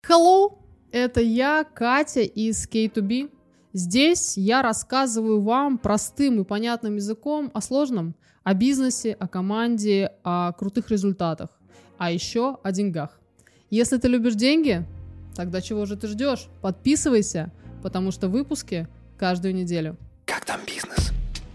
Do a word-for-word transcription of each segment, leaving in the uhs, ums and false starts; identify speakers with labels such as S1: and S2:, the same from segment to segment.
S1: Hello, это я, Катя из кей ту би. Здесь я рассказываю вам простым и понятным языком о сложном, о бизнесе, о команде, о крутых результатах, а еще о деньгах. Если ты любишь деньги, тогда чего же ты ждешь? Подписывайся, потому что выпуски каждую неделю.
S2: Как там бизнес?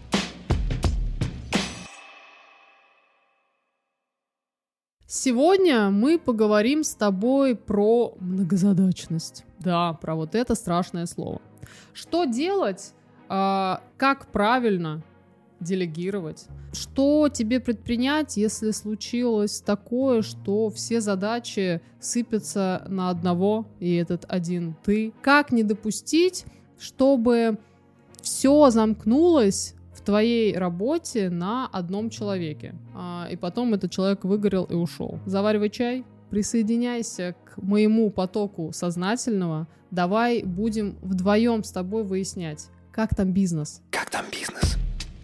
S1: Сегодня мы поговорим с тобой про многозадачность. Да, про вот это страшное слово. Что делать, э, как правильно делегировать? Что тебе предпринять, если случилось такое, что все задачи сыпятся на одного, и этот один ты? Как не допустить, чтобы все замкнулось в твоей работе на одном человеке, а, и потом этот человек выгорел и ушел? Заваривай чай, присоединяйся к моему потоку сознательного. Давай будем вдвоем с тобой выяснять, как там бизнес.
S2: Как там бизнес?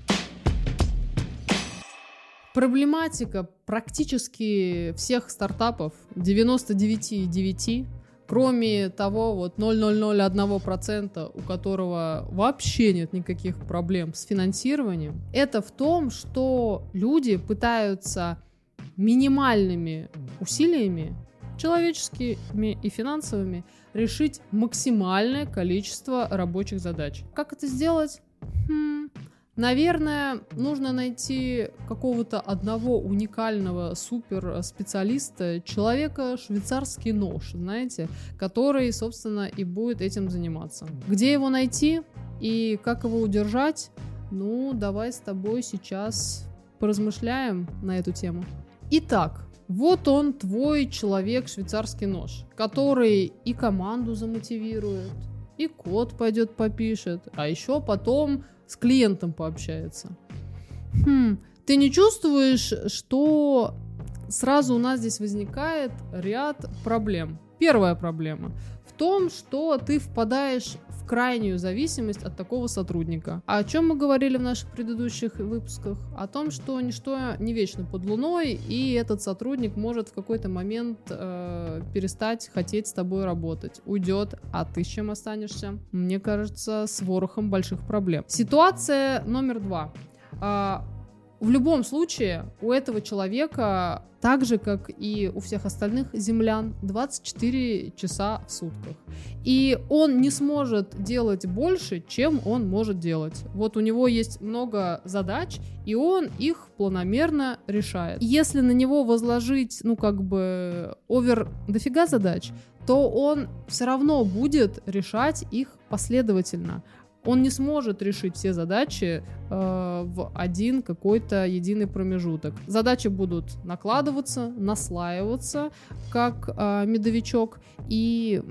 S1: Проблематика практически всех стартапов, девяносто девять целых девять десятых, кроме того вот ноль целых ноль ноль один процента, у которого вообще нет никаких проблем с финансированием, это в том, что люди пытаются минимальными усилиями, человеческими и финансовыми, решить максимальное количество рабочих задач. Как это сделать? Хм... Наверное, нужно найти какого-то одного уникального суперспециалиста, человека швейцарский нож, знаете, который, собственно, и будет этим заниматься. Где его найти и как его удержать? Ну, давай с тобой сейчас поразмышляем на эту тему. Итак, вот он, твой человек швейцарский нож, который и команду замотивирует, и код пойдет попишет, а еще потом с клиентом пообщается. Хм, ты не чувствуешь, что сразу у нас здесь возникает ряд проблем? Первая проблема в том, что ты впадаешь в крайнюю зависимость от такого сотрудника. А о чем мы говорили в наших предыдущих выпусках? О том, что ничто не вечно под луной, и этот сотрудник может в какой-то момент э, перестать хотеть с тобой работать, уйдет, а ты с чем останешься? Мне кажется, с ворохом больших проблем. Ситуация номер два. Э, в любом случае у этого человека, так же, как и у всех остальных землян, двадцать четыре часа в сутках. И он не сможет делать больше, чем он может делать. Вот у него есть много задач, и он их планомерно решает. Если на него возложить, ну, как бы, овер дофига задач, то он все равно будет решать их последовательно. Он не сможет решить все задачи э, в один какой-то единый промежуток. Задачи будут накладываться, наслаиваться, как э, медовичок, и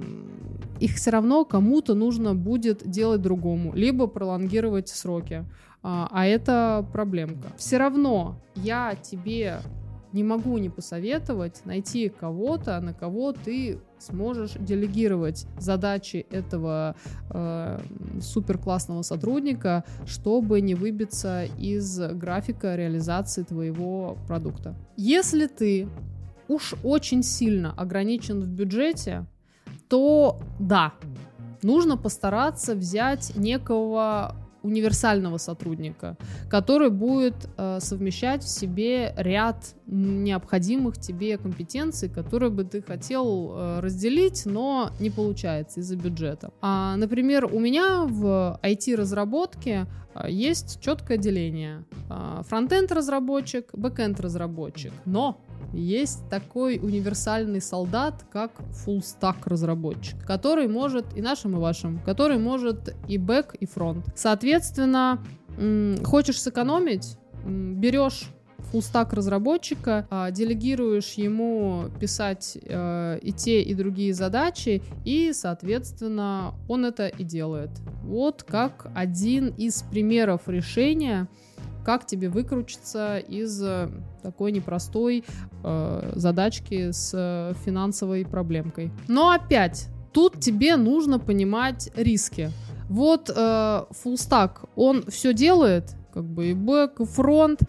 S1: их все равно кому-то нужно будет делать другому, либо пролонгировать сроки. А, а это проблемка. Все равно я тебе не могу не посоветовать найти кого-то, на кого ты сможешь делегировать задачи этого э, суперклассного сотрудника, чтобы не выбиться из графика реализации твоего продукта. Если ты уж очень сильно ограничен в бюджете, то да, нужно постараться взять некого универсального сотрудника, который будет э, совмещать в себе ряд необходимых тебе компетенций, которые бы ты хотел э, разделить, но не получается из-за бюджета. А, например, у меня в ай ти-разработке э, есть четкое деление. Э, фронтенд-разработчик, бэкенд-разработчик. Но есть такой универсальный солдат, как фуллстак-разработчик, который может и нашим, и вашим, который может и бэк, и фронт. Соответственно, хочешь сэкономить, берешь фуллстак-разработчика, делегируешь ему писать и те, и другие задачи, и, соответственно, он это и делает. Вот как один из примеров решения, как тебе выкрутиться из такой непростой э, задачки с финансовой проблемкой. Но опять, тут тебе нужно понимать риски. Вот э, фуллстак, он все делает, как бы и бэк, и фронт,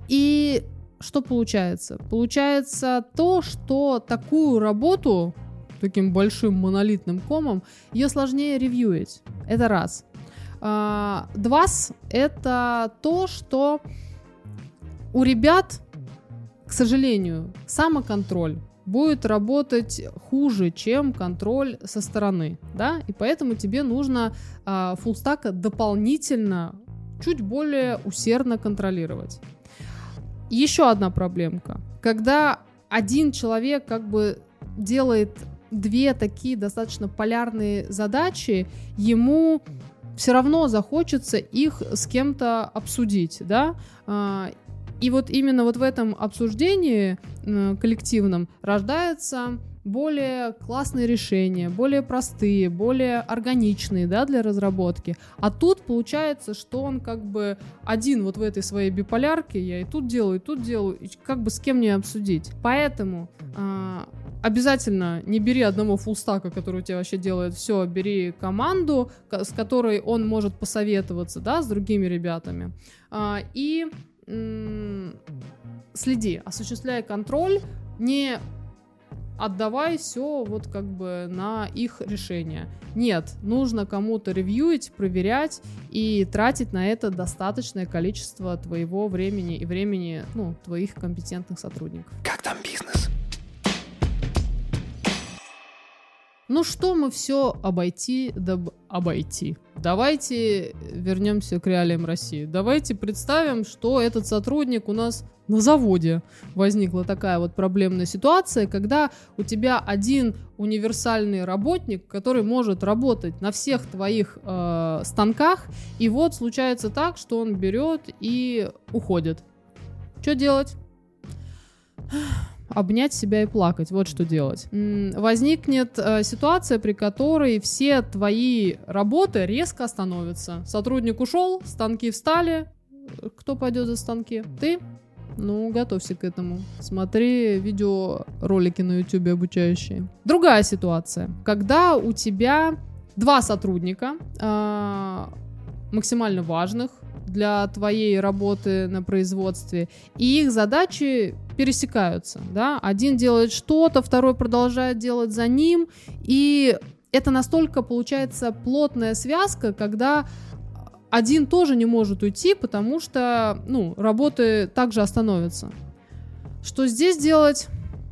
S1: и что получается? Получается то, что такую работу таким большим монолитным комом, ее сложнее ревьюить. Это раз. А, два — это то, что у ребят, к сожалению, самоконтроль будет работать хуже, чем контроль со стороны, да, и поэтому тебе нужно а, фуллстака дополнительно чуть более усердно контролировать. Еще одна проблемка. Когда один человек как бы делает две такие достаточно полярные задачи, ему все равно захочется их с кем-то обсудить, да, и вот именно вот в этом обсуждении коллективном рождаются более классные решения, более простые, более органичные, да, для разработки. А тут получается, что он как бы один вот в этой своей биполярке, я и тут делаю, и тут делаю, и как бы с кем мне обсудить. Поэтому э, обязательно не бери одного фуллстака, который у тебя вообще делает все, бери команду, с которой он может посоветоваться, да, с другими ребятами. Э, и э, следи, осуществляй контроль, не отдавай все вот как бы на их решение. Нет, нужно кому-то ревьюить, проверять и тратить на это достаточное количество твоего времени и времени, ну, твоих компетентных сотрудников.
S2: Как там бизнес?
S1: Ну что мы все обойти, да обойти. Давайте вернемся к реалиям России. Давайте представим, что этот сотрудник у нас на заводе. Возникла такая вот проблемная ситуация, когда у тебя один универсальный работник, который может работать на всех твоих э, станках, и вот случается так, что он берет и уходит. Что делать? Обнять себя и плакать, вот что делать. Возникнет э, ситуация, при которой все твои работы резко остановятся. Сотрудник ушел, станки встали. Кто пойдет за станки? Ты? Ну, готовься к этому. Смотри видеоролики на YouTube обучающие. Другая ситуация. Когда у тебя два сотрудника э, максимально важных для твоей работы на производстве, и их задачи пересекаются, да? Один делает что-то, второй продолжает делать за ним, и это настолько получается плотная связка, когда один тоже не может уйти, потому что, ну, работы также остановятся. Что здесь делать?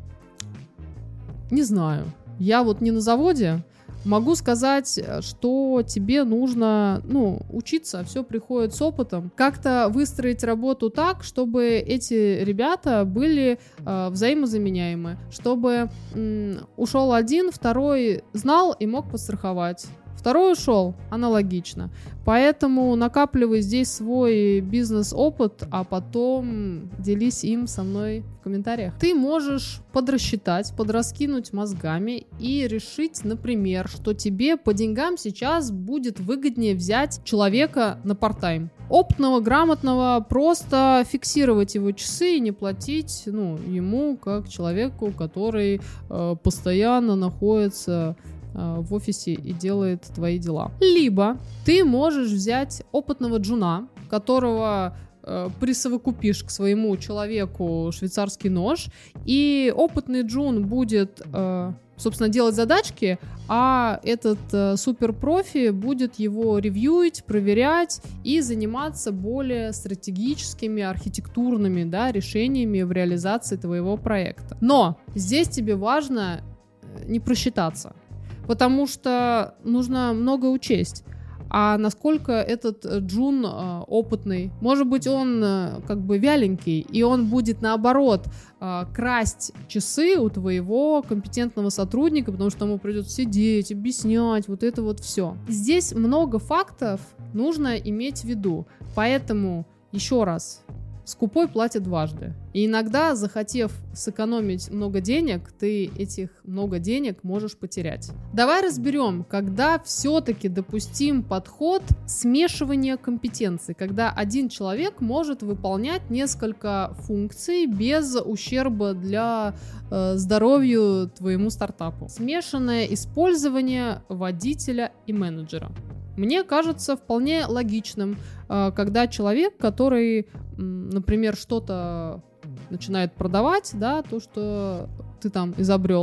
S1: Не знаю. Я вот не на заводе. Могу сказать, что тебе нужно, ну, учиться, все приходит с опытом. Как-то выстроить работу так, чтобы эти ребята были э, взаимозаменяемы, чтобы м, ушел один, второй знал и мог подстраховать. Второй ушел, аналогично. Поэтому накапливай здесь свой бизнес-опыт, а потом делись им со мной в комментариях. Ты можешь подрасчитать, подраскинуть мозгами и решить, например, что тебе по деньгам сейчас будет выгоднее взять человека на парт-тайм. Опытного, грамотного, просто фиксировать его часы и не платить, ну, ему как человеку, который э, постоянно находится в офисе и делает твои дела. Либо ты можешь взять опытного джуна, которого э, присовокупишь к своему человеку швейцарский нож, и опытный джун будет, э, собственно, делать задачки, а этот э, суперпрофи будет его ревьюить, проверять и заниматься более стратегическими, архитектурными, да, решениями в реализации твоего проекта. Но здесь тебе важно не просчитаться, потому что нужно много учесть. А насколько этот джун э, опытный? Может быть, он э, как бы вяленький, и он будет, наоборот, э, красть часы у твоего компетентного сотрудника, потому что ему придется сидеть, объяснять, вот это вот все. Здесь много фактов нужно иметь в виду. Поэтому, еще раз, скупой платит дважды. И иногда, захотев сэкономить много денег, ты этих много денег можешь потерять. Давай разберем, когда все-таки допустим подход смешивания компетенций, когда один человек может выполнять несколько функций без ущерба для э, здоровью твоему стартапу. Смешанное использование водителя и менеджера. Мне кажется вполне логичным, когда человек, который, например, что-то начинает продавать, да, то, что ты там изобрел,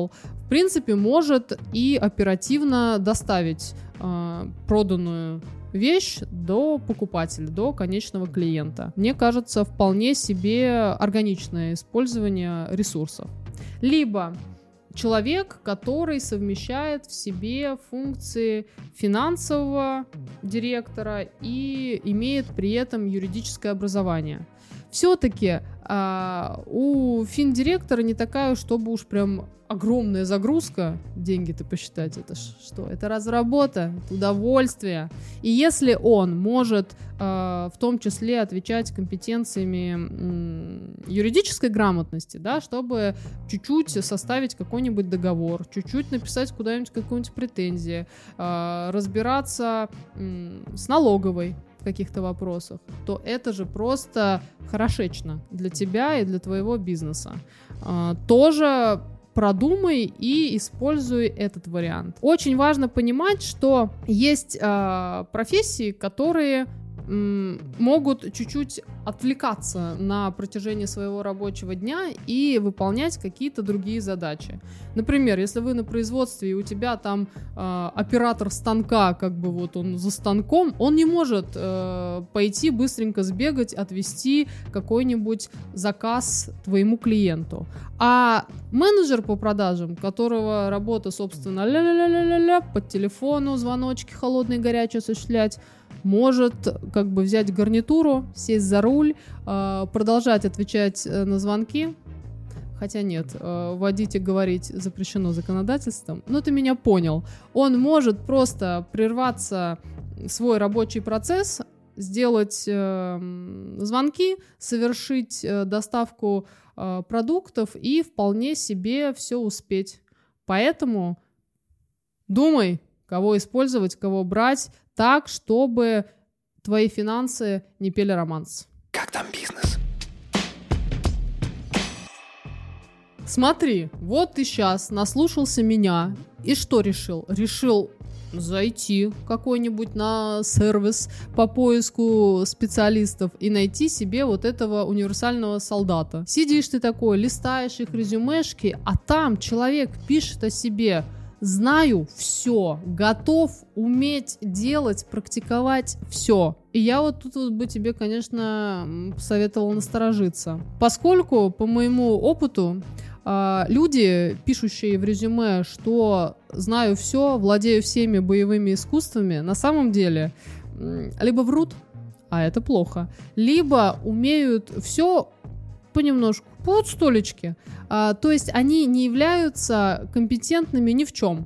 S1: в принципе, может и оперативно доставить э, проданную вещь до покупателя, до конечного клиента. Мне кажется, вполне себе органичное использование ресурсов. Либо человек, который совмещает в себе функции финансового директора и имеет при этом юридическое образование. Все-таки а, у финдиректора не такая, чтобы уж прям огромная загрузка. Деньги-то посчитать, это что? Это разработка, это удовольствие. И если он может а, в том числе отвечать компетенциями м, юридической грамотности, да, чтобы чуть-чуть составить какой-нибудь договор, чуть-чуть написать куда-нибудь какую-нибудь претензию, а, разбираться м, с налоговой в каких-то вопросах, то это же просто хорошечно для тебя и для твоего бизнеса. А, тоже продумай и используй этот вариант. Очень важно понимать, что есть а, профессии, которые м, могут чуть-чуть отвлекаться на протяжении своего рабочего дня и выполнять какие-то другие задачи. Например, если вы на производстве и у тебя там э, оператор станка, как бы вот он за станком, он не может э, пойти быстренько сбегать, отвести какой-нибудь заказ твоему клиенту. А менеджер по продажам, которого работа, собственно, ля-ля-ля-ля-ля, по телефону звоночки холодные, горячие осуществлять, может как бы взять гарнитуру, сесть за руль, э, продолжать отвечать на звонки. Хотя нет, э, водить и говорить запрещено законодательством. Но ты меня понял. Он может просто прерваться свой рабочий процесс, сделать э, звонки, совершить э, доставку э, продуктов и вполне себе все успеть. Поэтому думай, кого использовать, кого брать, так, чтобы твои финансы не пели романс.
S2: Как там бизнес?
S1: Смотри, вот ты сейчас наслушался меня и что решил? Решил зайти какой-нибудь на сервис по поиску специалистов и найти себе вот этого универсального солдата. Сидишь ты такой, листаешь их резюмешки, а там человек пишет о себе: знаю все, готов уметь делать, практиковать все. И я вот тут вот бы тебе, конечно, посоветовала насторожиться. Поскольку, по моему опыту, люди, пишущие в резюме, что знаю все, владею всеми боевыми искусствами, на самом деле либо врут, а это плохо, либо умеют все понемножку, по столечке. А, то есть они не являются компетентными ни в чем.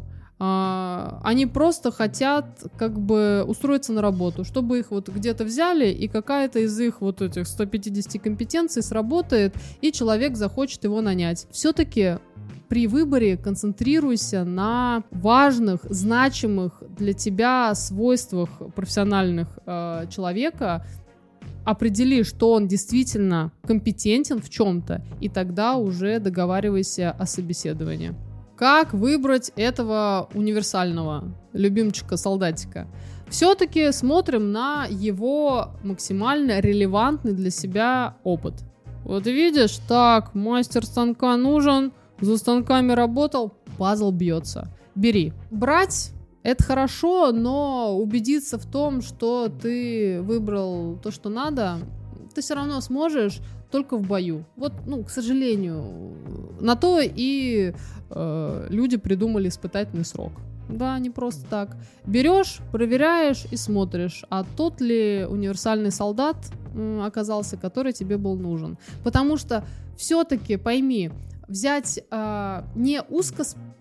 S1: А, они просто хотят как бы устроиться на работу, чтобы их вот где-то взяли, и какая-то из их вот этих сто пятьдесят компетенций сработает, и человек захочет его нанять. Все-таки при выборе концентрируйся на важных, значимых для тебя свойствах профессиональных э, человека. Определи, что он действительно компетентен в чем-то, и тогда уже договаривайся о собеседовании. Как выбрать этого универсального любимчика-солдатика? Все-таки смотрим на его максимально релевантный для себя опыт. Вот видишь, так, мастер станка нужен, за станками работал, пазл бьется. Бери. Брать — это хорошо, но убедиться в том, что ты выбрал то, что надо, ты все равно сможешь только в бою. Вот, ну, к сожалению, на то и э, люди придумали испытательный срок. Да, не просто так. Берешь, проверяешь и смотришь, а тот ли универсальный солдат м, оказался, который тебе был нужен. Потому что все-таки, пойми, взять э, не узко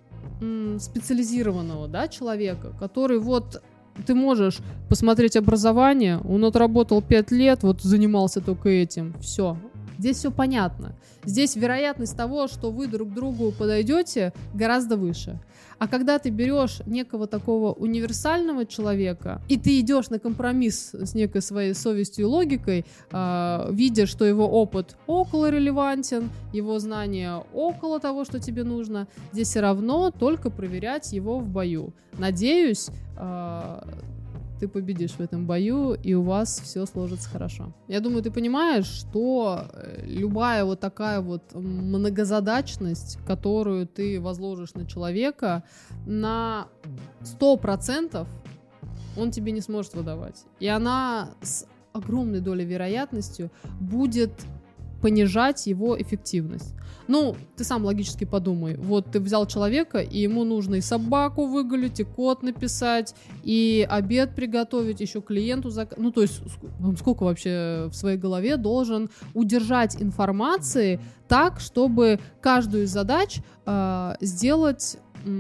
S1: специализированного, да, человека, который вот ты можешь посмотреть образование, он отработал пять лет, вот занимался только этим, все. Здесь все понятно. Здесь вероятность того, что вы друг к другу подойдете, гораздо выше. А когда ты берешь некого такого универсального человека, и ты идешь на компромисс с некой своей совестью и логикой, э, видя, что его опыт около релевантен, его знания около того, что тебе нужно, здесь все равно только проверять его в бою. Надеюсь, э, ты победишь в этом бою, и у вас все сложится хорошо. Я думаю, ты понимаешь, что любая вот такая вот многозадачность, которую ты возложишь на человека, на сто процентов он тебе не сможет выдавать. И она с огромной долей вероятностью будет понижать его эффективность. Ну, ты сам логически подумай. Вот ты взял человека, и ему нужно и собаку выгулить, и код написать, и обед приготовить, еще клиенту заказать. Ну, то есть он сколько вообще в своей голове должен удержать информации так, чтобы каждую из задач э, сделать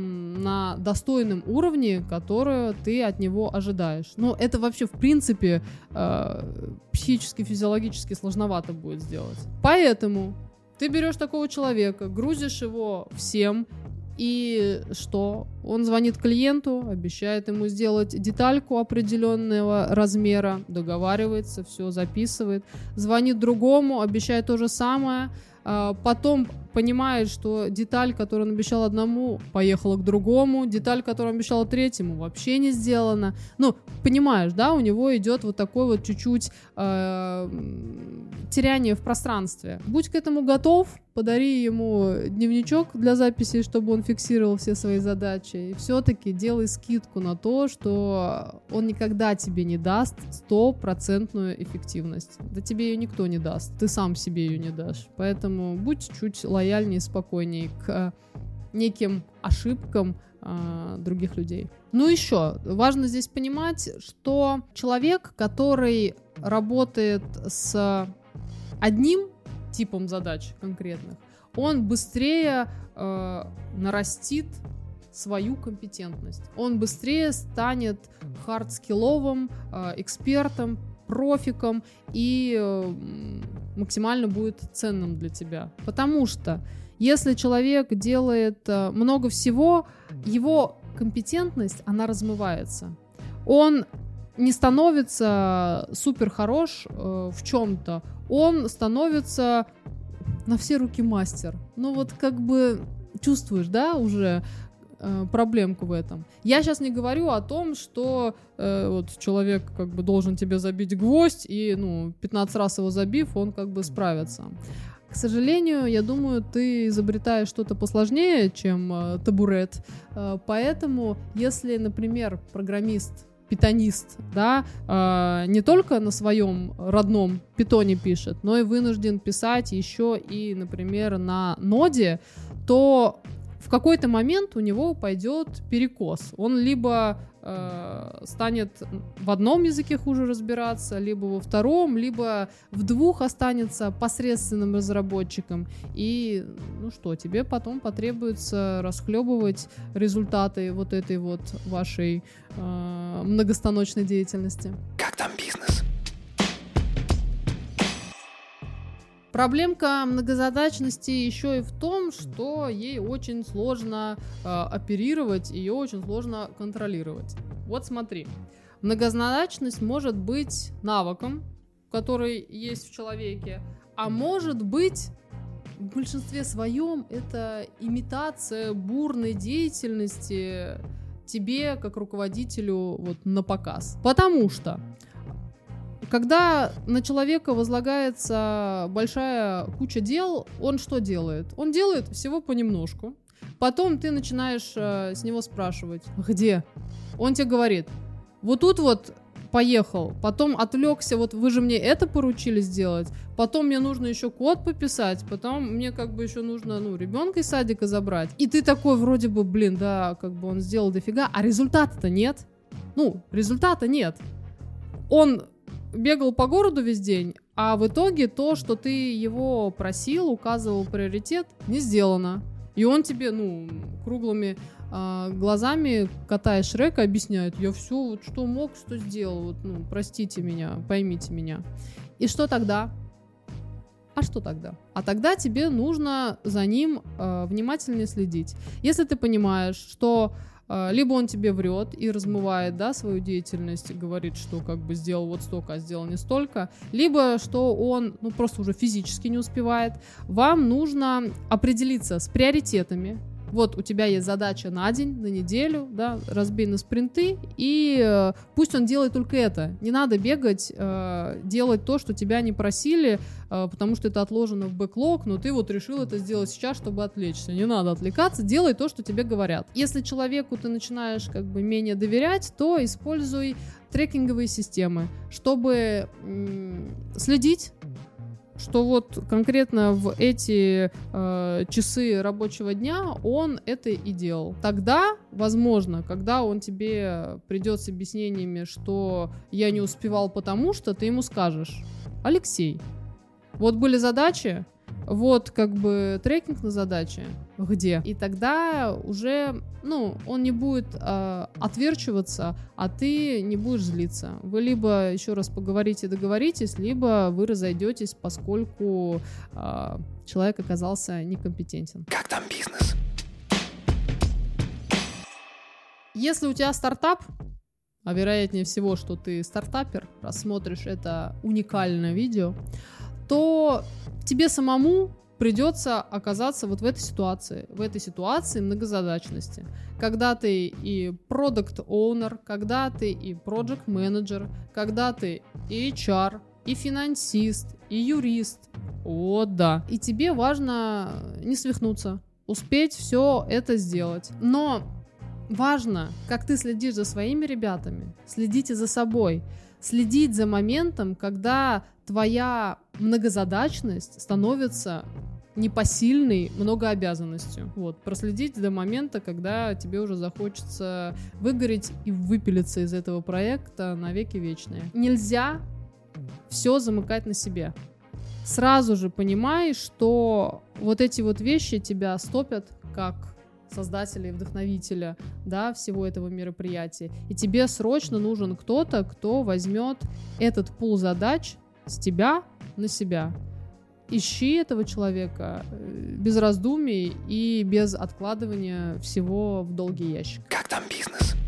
S1: на достойном уровне, которую ты от него ожидаешь. Но это вообще, в принципе, э, психически, физиологически сложновато будет сделать. Поэтому ты берешь такого человека, грузишь его всем, и что? Он звонит клиенту, обещает ему сделать детальку определенного размера, договаривается, все записывает, звонит другому, обещает то же самое, потом понимает, что деталь, которую он обещал одному, поехала к другому, деталь, которую он обещал третьему, вообще не сделана. Ну, понимаешь, да, у него идет вот такой вот чуть-чуть э, теряние в пространстве. Будь к этому готов, подари ему дневничок для записи, чтобы он фиксировал все свои задачи, и все-таки делай скидку на то, что он никогда тебе не даст стопроцентную эффективность. Да тебе ее никто не даст, ты сам себе ее не дашь. Поэтому будь чуть лояльнее, спокойнее к неким ошибкам э, других людей. Ну еще, важно здесь понимать, что человек, который работает с одним типом задач конкретных, он быстрее э, нарастит свою компетентность. Он быстрее станет хардскилловым э, экспертом, профиком и э, максимально будет ценным для тебя. Потому что если человек делает э, много всего, его компетентность, она размывается. Он не становится супер хорош э, в чем-то, он становится на все руки мастер. Ну вот как бы чувствуешь, да, уже э, проблемку в этом. Я сейчас не говорю о том, что э, вот человек как бы должен тебе забить гвоздь, и ну пятнадцать раз его забив, он как бы справится. К сожалению, я думаю, ты изобретаешь что-то посложнее, чем э, табурет. Э, поэтому, если, например, программист, питонист, да, э, не только на своем родном питоне пишет, но и вынужден писать еще и, например, на ноде, то в какой-то момент у него пойдет перекос. Он либо э, станет в одном языке хуже разбираться, либо во втором, либо в двух останется посредственным разработчиком. И, ну что, тебе потом потребуется расхлебывать результаты вот этой вот вашей э, многостаночной деятельности.
S2: Как там бизнес?
S1: Проблемка многозадачности еще и в том, что ей очень сложно э, оперировать, ее очень сложно контролировать. Вот смотри, многозадачность может быть навыком, который есть в человеке, а может быть в большинстве своем это имитация бурной деятельности тебе как руководителю вот на показ. Потому что когда на человека возлагается большая куча дел, он что делает? Он делает всего понемножку. Потом ты начинаешь э, с него спрашивать, где? Он тебе говорит, вот тут вот поехал, потом отвлекся, вот вы же мне это поручили сделать, потом мне нужно еще код пописать, потом мне как бы еще нужно, ну, ребенка из садика забрать. И ты такой вроде бы, блин, да, как бы он сделал дофига, а результата-то нет. Ну, результата нет. Он бегал по городу весь день, а в итоге то, что ты его просил, указывал приоритет, не сделано. И он тебе, ну, круглыми э, глазами, катая Шрека, объясняет, я все, вот что мог, что сделал, вот, ну, простите меня, поймите меня. И что тогда? А что тогда? А тогда тебе нужно за ним э, внимательнее следить. Если ты понимаешь, что либо он тебе врет и размывает, да, свою деятельность, говорит, что как бы сделал вот столько, а сделал не столько, либо что он, ну, просто уже физически не успевает, вам нужно определиться с приоритетами, Вот у тебя есть задача на день, на неделю, да, разбей на спринты, и э, пусть он делает только это. Не надо бегать, э, делать то, что тебя не просили, э, потому что это отложено в бэклог, но ты вот решил это сделать сейчас, чтобы отвлечься. Не надо отвлекаться, делай то, что тебе говорят. Если человеку ты начинаешь как бы менее доверять, то используй трекинговые системы, чтобы м- следить, что вот конкретно в эти э, часы рабочего дня он это и делал. Тогда, возможно, когда он тебе придет с объяснениями, что я не успевал потому что, ты ему скажешь: Алексей, вот были задачи, вот как бы трекинг на задачи, где? И тогда уже, ну, он не будет э, отверчиваться, а ты не будешь злиться. Вы либо еще раз поговорите, договоритесь, либо вы разойдетесь, поскольку э, человек оказался некомпетентен.
S2: Как там бизнес?
S1: Если у тебя стартап, а вероятнее всего, что ты стартапер, рассмотришь это уникальное видео, то тебе самому придется оказаться вот в этой ситуации, в этой ситуации многозадачности, когда ты и product owner, когда ты и project manager, когда ты и эйч ар, и финансист, и юрист, вот да, и тебе важно не свихнуться, успеть все это сделать, но важно, как ты следишь за своими ребятами, следите за собой, следить за моментом, когда твоя многозадачность становится непосильной многообязанностью. Вот, проследить до момента, когда тебе уже захочется выгореть и выпилиться из этого проекта навеки вечные. Нельзя все замыкать на себе. Сразу же понимай, что вот эти вот вещи тебя стопят как создателя и вдохновителя, да, всего этого мероприятия. И тебе срочно нужен кто-то, кто возьмет этот пул задач с тебя на себя. Ищи этого человека без раздумий и без откладывания всего в долгий ящик.
S2: Как там бизнес?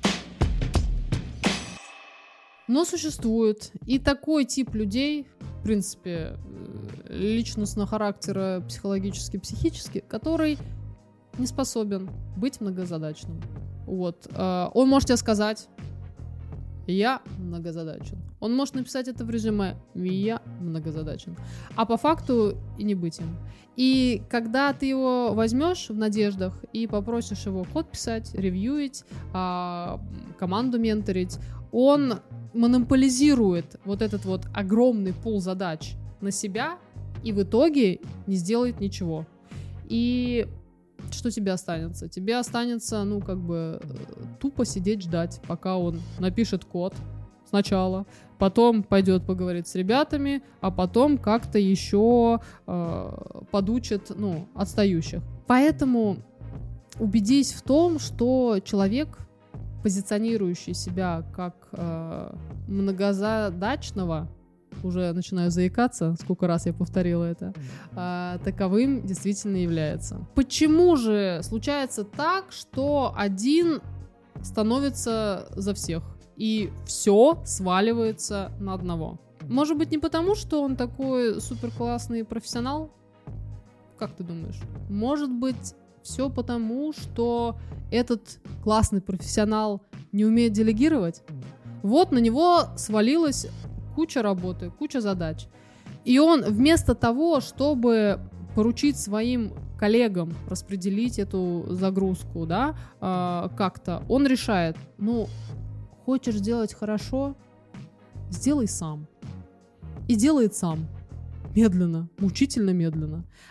S1: Но существует и такой тип людей, в принципе, личностного характера, психологически, психически, который не способен быть многозадачным. Вот. Он может тебе сказать: я многозадачен. Он может написать это в резюме: я многозадачен. А по факту и не быть им. И когда ты его возьмешь в надеждах и попросишь его код писать, ревьюить, команду менторить, он монополизирует вот этот вот огромный пул задач на себя и в итоге не сделает ничего. И что тебе останется? Тебе останется, ну, как бы, тупо сидеть ждать, пока он напишет код сначала, потом пойдет поговорит с ребятами, а потом как-то еще э, подучит, ну, отстающих. Поэтому убедись в том, что человек, позиционирующий себя как э, многозадачного, уже начинаю заикаться, сколько раз я повторила это, а, таковым действительно является. Почему же случается так, что один становится за всех, и все сваливается на одного? Может быть, не потому, что он такой суперклассный профессионал? Как ты думаешь? Может быть, все потому, что этот классный профессионал не умеет делегировать? Вот на него свалилось куча работы, куча задач. И он вместо того, чтобы поручить своим коллегам распределить эту загрузку, да, э, как-то, он решает: ну, хочешь сделать хорошо, сделай сам. И делает сам. Медленно, мучительно медленно.